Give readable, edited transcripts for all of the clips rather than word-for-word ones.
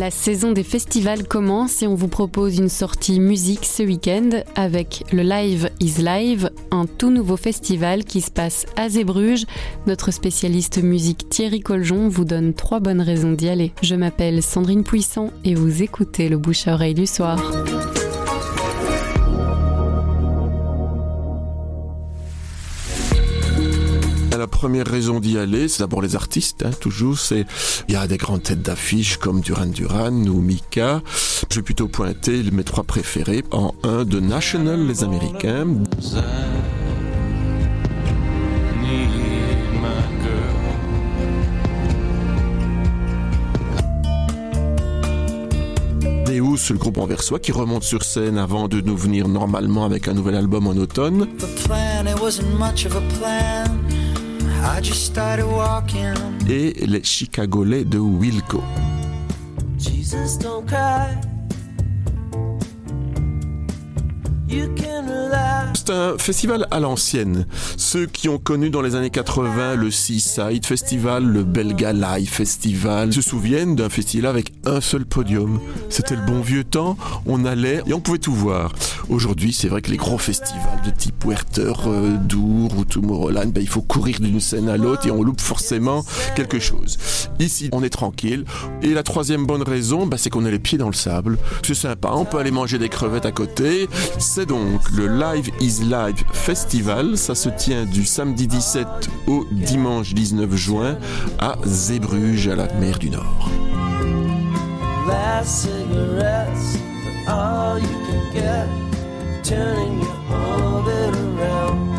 La saison des festivals commence et on vous propose une sortie musique ce week-end avec le Live is Live, un tout nouveau festival qui se passe à Zeebruges. Notre spécialiste musique Thierry Coljon vous donne 3 bonnes raisons d'y aller. Je m'appelle Sandrine Puissant et vous écoutez le bouche à oreille du soir. La première raison d'y aller, c'est d'abord les artistes, toujours. Il y a des grandes têtes d'affiche comme Duran Duran ou Mika. Je vais plutôt pointer mes 3 préférés. En 1, The National, les Américains. Deus, le groupe anversois, qui remonte sur scène avant de nous venir normalement avec un nouvel album en automne. Et les Chicagolais de Wilco. C'est un festival à l'ancienne. Ceux qui ont connu dans les années 80 le Seaside Festival, le Belga Live Festival, se souviennent d'un festival avec un seul podium. C'était le bon vieux temps, on allait et on pouvait tout voir. Aujourd'hui, c'est vrai que les gros festivals de type Werther, Dour ou Tomorrowland, il faut courir d'une scène à l'autre et on loupe forcément quelque chose. Ici, on est tranquille. Et la 3e bonne raison, c'est qu'on a les pieds dans le sable. C'est sympa, on peut aller manger des crevettes à côté. C'est donc le Live is Live Festival. Ça se tient du samedi 17 au dimanche 19 juin à Zeebruges, à la mer du Nord. Last cigarettes, all you can get, turning your orbit around.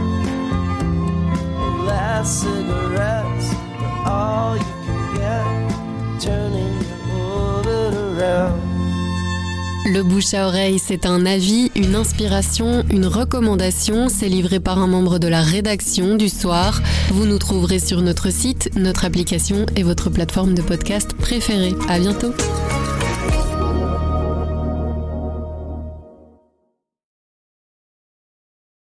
Last cigarettes, all you can get, turning your orbit around. Le bouche à oreille, c'est un avis, une inspiration, une recommandation. C'est livré par un membre de la rédaction du soir. Vous nous trouverez sur notre site, notre application et votre plateforme de podcast préférée. À bientôt.